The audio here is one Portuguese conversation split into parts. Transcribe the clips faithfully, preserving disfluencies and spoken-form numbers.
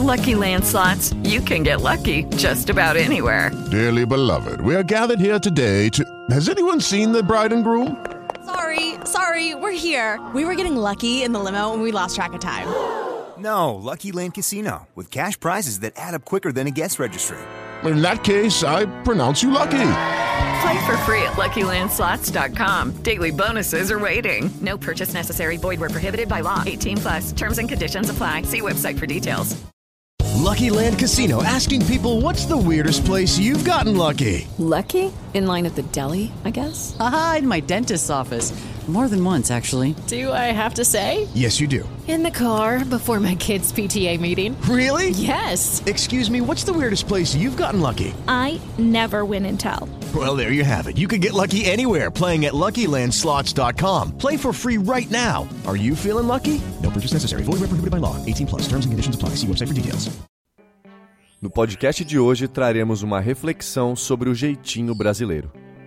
Lucky Land Slots, you can get lucky just about anywhere. Dearly beloved, we are gathered here today to... Has anyone seen the bride and groom? Sorry, sorry, we're here. We were getting lucky in the limo and we lost track of time. No, Lucky Land Casino, with cash prizes that add up quicker than a guest registry. In that case, I pronounce you lucky. Play for free at Lucky Land Slots dot com. Daily bonuses are waiting. No purchase necessary. Void where prohibited by law. eighteen plus. Terms and conditions apply. See website for details. Lucky Land Casino, asking people, what's the weirdest place you've gotten lucky? Lucky? In line at the deli, I guess? Aha, in my dentist's office. More than once, actually. Do I have to say? Yes, you do. In the car before my kids' P T A meeting. Really? Yes. Excuse me, what's the weirdest place you've gotten lucky? I never win and tell. Well, there you have it. You can get lucky anywhere, playing at Lucky Land Slots dot com. Play for free right now. Are you feeling lucky? No purchase necessary. Void where prohibited by law. eighteen plus. Terms and conditions apply. See website for details. No podcast de hoje, traremos uma reflexão sobre o jeitinho brasileiro.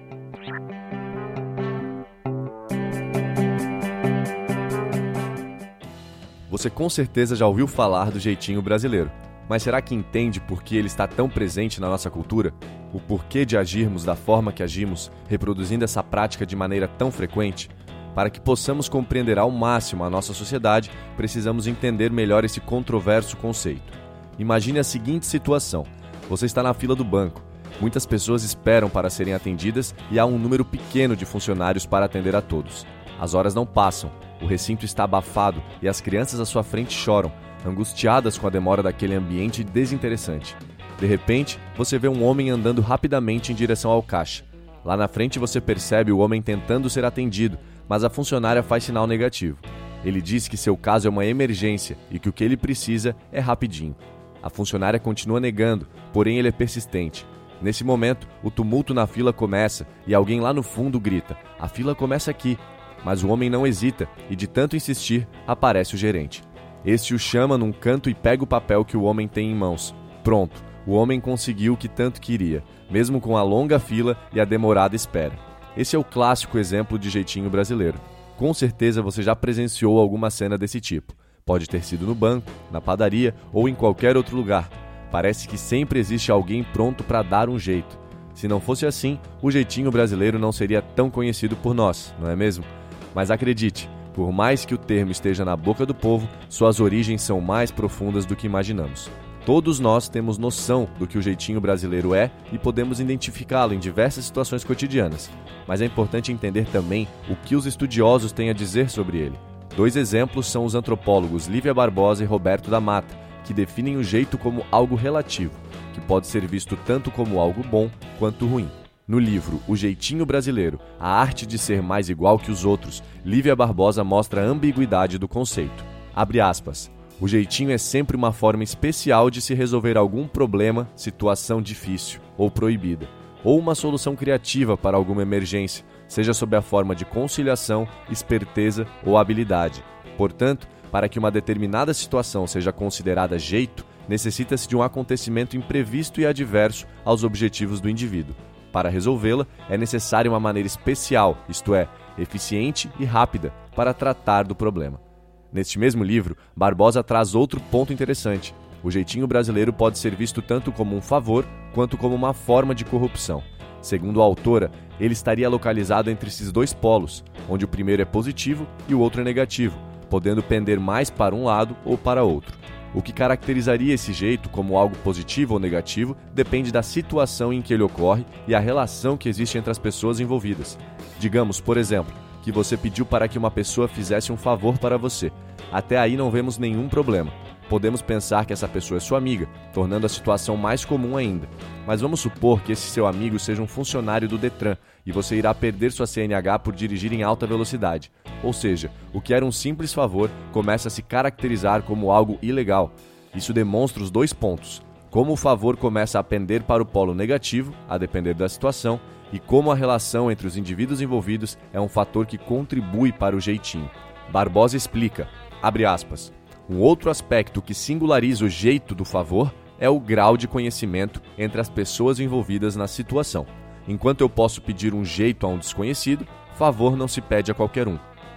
Você com certeza já ouviu falar do jeitinho brasileiro, mas será que entende por que ele está tão presente na nossa cultura? O porquê de agirmos da forma que agimos, reproduzindo essa prática de maneira tão frequente? Para que possamos compreender ao máximo a nossa sociedade, precisamos entender melhor esse controverso conceito. Imagine a seguinte situação: você está na fila do banco. Muitas pessoas esperam para serem atendidas e há um número pequeno de funcionários para atender a todos. As horas não passam, o recinto está abafado e as crianças à sua frente choram, angustiadas com a demora daquele ambiente desinteressante. De repente, você vê um homem andando rapidamente em direção ao caixa. Lá na frente você percebe o homem tentando ser atendido, mas a funcionária faz sinal negativo. Ele diz que seu caso é uma emergência e que o que ele precisa é rapidinho. A funcionária continua negando, porém ele é persistente. Nesse momento, o tumulto na fila começa e alguém lá no fundo grita: "A fila começa aqui." Mas o homem não hesita e, de tanto insistir, aparece o gerente. Este o chama num canto e pega o papel que o homem tem em mãos. Pronto, o homem conseguiu o que tanto queria, mesmo com a longa fila e a demorada espera. Esse é o clássico exemplo de jeitinho brasileiro. Com certeza você já presenciou alguma cena desse tipo. Pode ter sido no banco, na padaria ou em qualquer outro lugar. Parece que sempre existe alguém pronto para dar um jeito. Se não fosse assim, o jeitinho brasileiro não seria tão conhecido por nós, não é mesmo? Mas acredite, por mais que o termo esteja na boca do povo, suas origens são mais profundas do que imaginamos. Todos nós temos noção do que o jeitinho brasileiro é e podemos identificá-lo em diversas situações cotidianas. Mas é importante entender também o que os estudiosos têm a dizer sobre ele. Dois exemplos são os antropólogos Lívia Barbosa e Roberto da Mata, que definem o jeito como algo relativo, que pode ser visto tanto como algo bom quanto ruim. No livro O Jeitinho Brasileiro, a arte de ser mais igual que os outros, Lívia Barbosa mostra a ambiguidade do conceito. Abre aspas. O jeitinho é sempre uma forma especial de se resolver algum problema, situação difícil ou proibida, ou uma solução criativa para alguma emergência, seja sob a forma de conciliação, esperteza ou habilidade. Portanto, para que uma determinada situação seja considerada jeito, necessita-se de um acontecimento imprevisto e adverso aos objetivos do indivíduo. Para resolvê-la, é necessária uma maneira especial, isto é, eficiente e rápida, para tratar do problema. Neste mesmo livro, Barbosa traz outro ponto interessante. O jeitinho brasileiro pode ser visto tanto como um favor, quanto como uma forma de corrupção. Segundo a autora, ele estaria localizado entre esses dois polos, onde o primeiro é positivo e o outro é negativo, podendo pender mais para um lado ou para outro. O que caracterizaria esse jeito como algo positivo ou negativo depende da situação em que ele ocorre e a relação que existe entre as pessoas envolvidas. Digamos, por exemplo, que você pediu para que uma pessoa fizesse um favor para você. Até aí não vemos nenhum problema. Podemos pensar que essa pessoa é sua amiga, tornando a situação mais comum ainda. Mas vamos supor que esse seu amigo seja um funcionário do Detran e você irá perder sua C N H por dirigir em alta velocidade. Ou seja, o que era um simples favor começa a se caracterizar como algo ilegal. Isso demonstra os dois pontos: como o favor começa a pender para o polo negativo, a depender da situação, e como a relação entre os indivíduos envolvidos é um fator que contribui para o jeitinho. Barbosa explica, abre aspas, um outro aspecto que singulariza o jeito do favor é o grau de conhecimento entre as pessoas envolvidas na situação. Enquanto eu posso pedir um jeito a um desconhecido, favor não se pede a qualquer um.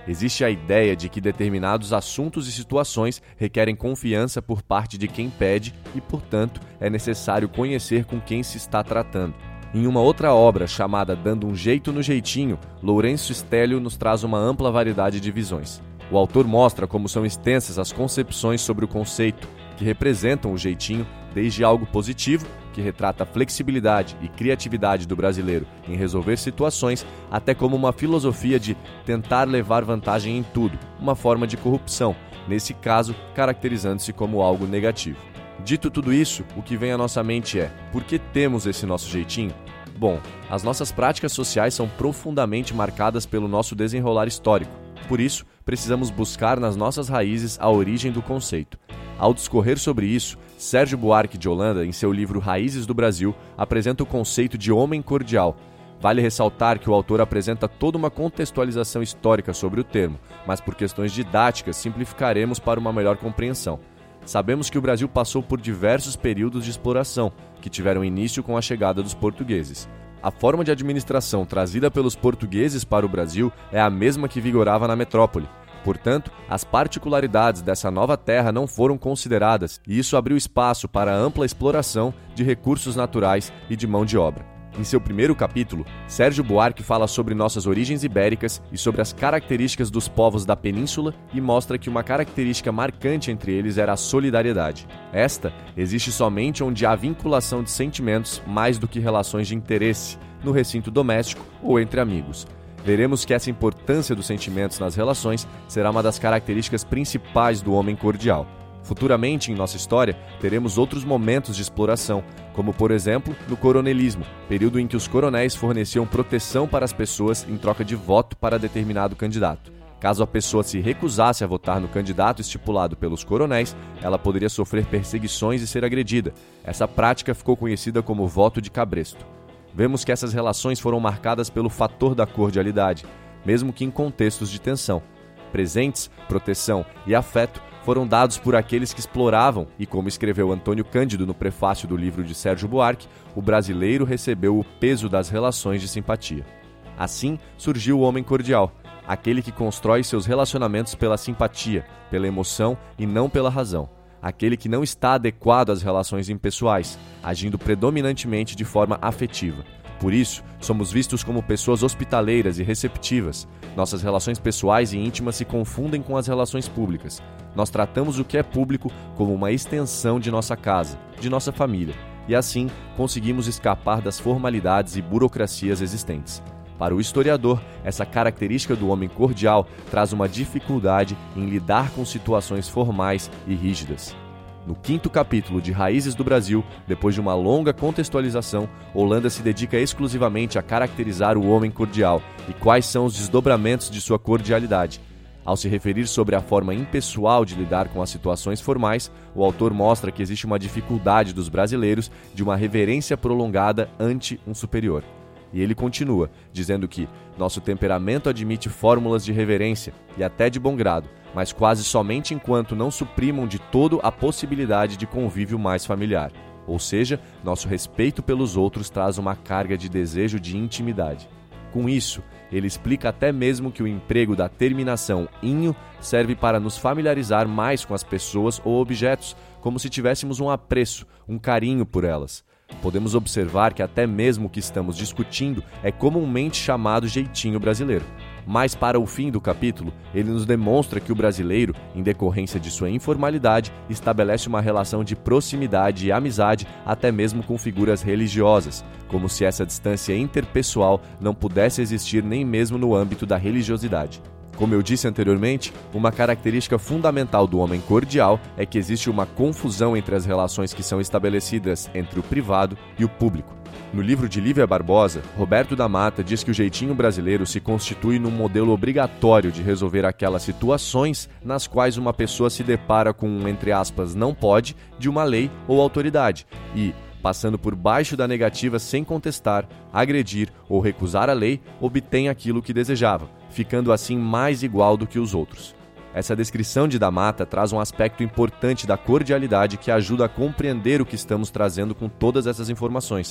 Existe a ideia de que determinados assuntos e situações requerem confiança por parte de quem pede e, portanto, é necessário conhecer com quem se está tratando. Em uma outra obra, chamada Dando um Jeito no Jeitinho, Lourenço Stélio nos traz uma ampla variedade de visões. O autor mostra como são extensas as concepções sobre o conceito, que representam o jeitinho desde algo positivo, que retrata a flexibilidade e criatividade do brasileiro em resolver situações, até como uma filosofia de tentar levar vantagem em tudo, uma forma de corrupção, nesse caso caracterizando-se como algo negativo. Dito tudo isso, o que vem à nossa mente é: por que temos esse nosso jeitinho? Bom, as nossas práticas sociais são profundamente marcadas pelo nosso desenrolar histórico. Por isso, precisamos buscar nas nossas raízes a origem do conceito. Ao discorrer sobre isso, Sérgio Buarque de Holanda, em seu livro Raízes do Brasil, apresenta o conceito de homem cordial. Vale ressaltar que o autor apresenta toda uma contextualização histórica sobre o termo, mas por questões didáticas simplificaremos para uma melhor compreensão. Sabemos que o Brasil passou por diversos períodos de exploração, que tiveram início com a chegada dos portugueses. A forma de administração trazida pelos portugueses para o Brasil é a mesma que vigorava na metrópole. Portanto, as particularidades dessa nova terra não foram consideradas, e isso abriu espaço para a ampla exploração de recursos naturais e de mão de obra. Em seu primeiro capítulo, Sérgio Buarque fala sobre nossas origens ibéricas e sobre as características dos povos da península e mostra que uma característica marcante entre eles era a solidariedade. Esta existe somente onde há vinculação de sentimentos mais do que relações de interesse, no recinto doméstico ou entre amigos. Veremos que essa importância dos sentimentos nas relações será uma das características principais do homem cordial. Futuramente, em nossa história, teremos outros momentos de exploração, como, por exemplo, no coronelismo, período em que os coronéis forneciam proteção para as pessoas em troca de voto para determinado candidato. Caso a pessoa se recusasse a votar no candidato estipulado pelos coronéis, ela poderia sofrer perseguições e ser agredida. Essa prática ficou conhecida como voto de cabresto. Vemos que essas relações foram marcadas pelo fator da cordialidade, mesmo que em contextos de tensão. Presentes, proteção e afeto foram dados por aqueles que exploravam, e como escreveu Antônio Cândido no prefácio do livro de Sérgio Buarque, o brasileiro recebeu o peso das relações de simpatia. Assim surgiu o homem cordial, aquele que constrói seus relacionamentos pela simpatia, pela emoção e não pela razão. Aquele que não está adequado às relações impessoais, agindo predominantemente de forma afetiva. Por isso, somos vistos como pessoas hospitaleiras e receptivas. Nossas relações pessoais e íntimas se confundem com as relações públicas. Nós tratamos o que é público como uma extensão de nossa casa, de nossa família, e assim conseguimos escapar das formalidades e burocracias existentes. Para o historiador, essa característica do homem cordial traz uma dificuldade em lidar com situações formais e rígidas. No quinto capítulo de Raízes do Brasil, depois de uma longa contextualização, Holanda se dedica exclusivamente a caracterizar o homem cordial e quais são os desdobramentos de sua cordialidade. Ao se referir sobre a forma impessoal de lidar com as situações formais, o autor mostra que existe uma dificuldade dos brasileiros de uma reverência prolongada ante um superior. E ele continua, dizendo que nosso temperamento admite fórmulas de reverência e até de bom grado, mas quase somente enquanto não suprimam de todo a possibilidade de convívio mais familiar. Ou seja, nosso respeito pelos outros traz uma carga de desejo de intimidade. Com isso, ele explica até mesmo que o emprego da terminação inho serve para nos familiarizar mais com as pessoas ou objetos, como se tivéssemos um apreço, um carinho por elas. Podemos observar que até mesmo o que estamos discutindo é comumente chamado jeitinho brasileiro. Mas para o fim do capítulo, ele nos demonstra que o brasileiro, em decorrência de sua informalidade, estabelece uma relação de proximidade e amizade até mesmo com figuras religiosas, como se essa distância interpessoal não pudesse existir nem mesmo no âmbito da religiosidade. Como eu disse anteriormente, uma característica fundamental do homem cordial é que existe uma confusão entre as relações que são estabelecidas entre o privado e o público. No livro de Lívia Barbosa, Roberto da Mata diz que o jeitinho brasileiro se constitui num modelo obrigatório de resolver aquelas situações nas quais uma pessoa se depara com um, entre aspas, não pode de uma lei ou autoridade e, passando por baixo da negativa sem contestar, agredir ou recusar a lei, obtém aquilo que desejava, ficando assim mais igual do que os outros. Essa descrição de da Mata traz um aspecto importante da cordialidade que ajuda a compreender o que estamos trazendo com todas essas informações.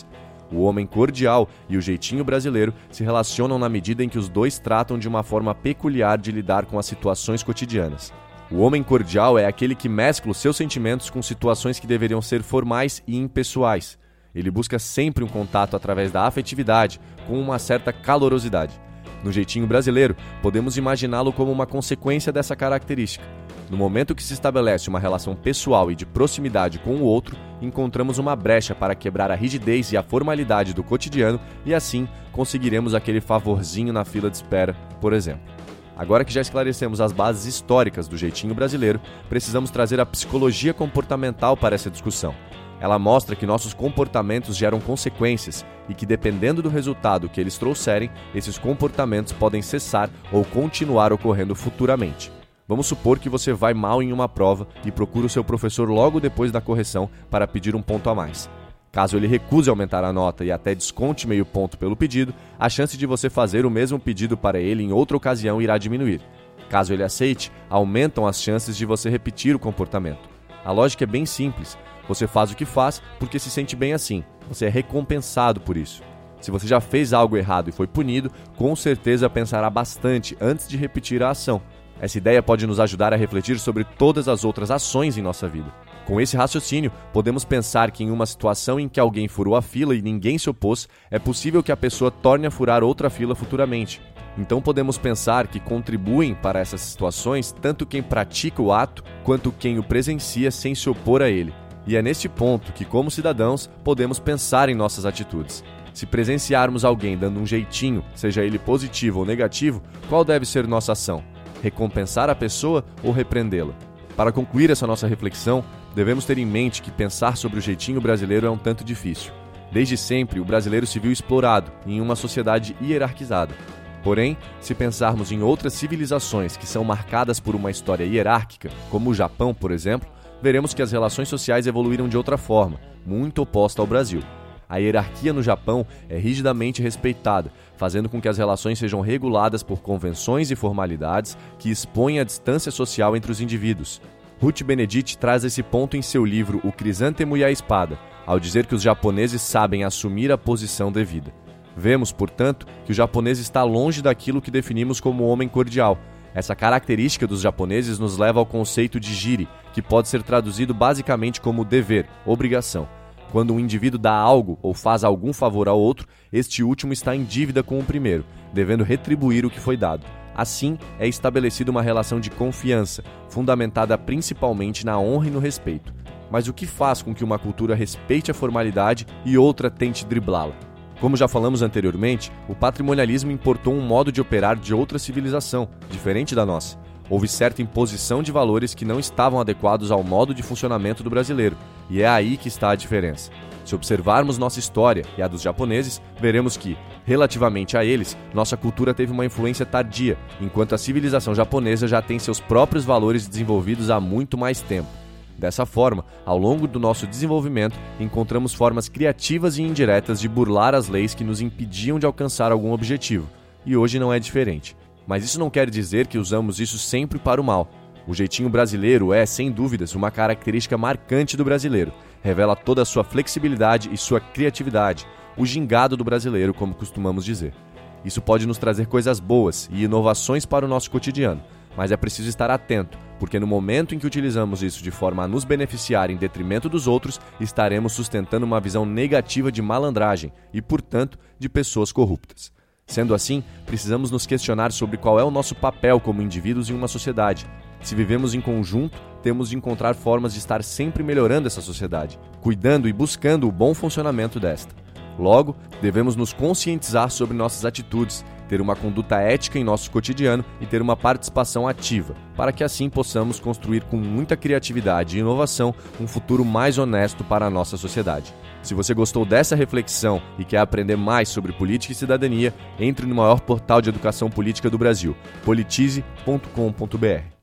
O homem cordial e o jeitinho brasileiro se relacionam na medida em que os dois tratam de uma forma peculiar de lidar com as situações cotidianas. O homem cordial é aquele que mescla os seus sentimentos com situações que deveriam ser formais e impessoais. Ele busca sempre um contato através da afetividade, com uma certa calorosidade. No jeitinho brasileiro, podemos imaginá-lo como uma consequência dessa característica. No momento que se estabelece uma relação pessoal e de proximidade com o outro, encontramos uma brecha para quebrar a rigidez e a formalidade do cotidiano e assim conseguiremos aquele favorzinho na fila de espera, por exemplo. Agora que já esclarecemos as bases históricas do jeitinho brasileiro, precisamos trazer a psicologia comportamental para essa discussão. Ela mostra que nossos comportamentos geram consequências e que, dependendo do resultado que eles trouxerem, esses comportamentos podem cessar ou continuar ocorrendo futuramente. Vamos supor que você vai mal em uma prova e procura o seu professor logo depois da correção para pedir um ponto a mais. Caso ele recuse aumentar a nota e até desconte meio ponto pelo pedido, a chance de você fazer o mesmo pedido para ele em outra ocasião irá diminuir. Caso ele aceite, aumentam as chances de você repetir o comportamento. A lógica é bem simples. Você faz o que faz porque se sente bem assim. Você é recompensado por isso. Se você já fez algo errado e foi punido, com certeza pensará bastante antes de repetir a ação. Essa ideia pode nos ajudar a refletir sobre todas as outras ações em nossa vida. Com esse raciocínio, podemos pensar que em uma situação em que alguém furou a fila e ninguém se opôs, é possível que a pessoa torne a furar outra fila futuramente. Então podemos pensar que contribuem para essas situações tanto quem pratica o ato quanto quem o presencia sem se opor a ele. E é neste ponto que, como cidadãos, podemos pensar em nossas atitudes. Se presenciarmos alguém dando um jeitinho, seja ele positivo ou negativo, qual deve ser nossa ação? Recompensar a pessoa ou repreendê-la? Para concluir essa nossa reflexão, devemos ter em mente que pensar sobre o jeitinho brasileiro é um tanto difícil. Desde sempre, o brasileiro se viu explorado em uma sociedade hierarquizada. Porém, se pensarmos em outras civilizações que são marcadas por uma história hierárquica, como o Japão, por exemplo, veremos que as relações sociais evoluíram de outra forma, muito oposta ao Brasil. A hierarquia no Japão é rigidamente respeitada, fazendo com que as relações sejam reguladas por convenções e formalidades que expõem a distância social entre os indivíduos. Ruth Benedict traz esse ponto em seu livro O Crisântemo e a Espada, ao dizer que os japoneses sabem assumir a posição devida. Vemos, portanto, que o japonês está longe daquilo que definimos como homem cordial. Essa característica dos japoneses nos leva ao conceito de jiri, que pode ser traduzido basicamente como dever, obrigação. Quando um indivíduo dá algo ou faz algum favor ao outro, este último está em dívida com o primeiro, devendo retribuir o que foi dado. Assim, é estabelecida uma relação de confiança, fundamentada principalmente na honra e no respeito. Mas o que faz com que uma cultura respeite a formalidade e outra tente driblá-la? Como já falamos anteriormente, o patrimonialismo importou um modo de operar de outra civilização, diferente da nossa. Houve certa imposição de valores que não estavam adequados ao modo de funcionamento do brasileiro, e é aí que está a diferença. Se observarmos nossa história e a dos japoneses, veremos que, relativamente a eles, nossa cultura teve uma influência tardia, enquanto a civilização japonesa já tem seus próprios valores desenvolvidos há muito mais tempo. Dessa forma, ao longo do nosso desenvolvimento, encontramos formas criativas e indiretas de burlar as leis que nos impediam de alcançar algum objetivo, e hoje não é diferente. Mas isso não quer dizer que usamos isso sempre para o mal. O jeitinho brasileiro é, sem dúvidas, uma característica marcante do brasileiro. Revela toda a sua flexibilidade e sua criatividade, o gingado do brasileiro, como costumamos dizer. Isso pode nos trazer coisas boas e inovações para o nosso cotidiano, mas é preciso estar atento, porque no momento em que utilizamos isso de forma a nos beneficiar em detrimento dos outros, estaremos sustentando uma visão negativa de malandragem e, portanto, de pessoas corruptas. Sendo assim, precisamos nos questionar sobre qual é o nosso papel como indivíduos em uma sociedade. Se vivemos em conjunto, temos de encontrar formas de estar sempre melhorando essa sociedade, cuidando e buscando o bom funcionamento desta. Logo, devemos nos conscientizar sobre nossas atitudes, ter uma conduta ética em nosso cotidiano e ter uma participação ativa, para que assim possamos construir com muita criatividade e inovação um futuro mais honesto para a nossa sociedade. Se você gostou dessa reflexão e quer aprender mais sobre política e cidadania, entre no maior portal de educação política do Brasil, politize ponto com ponto br.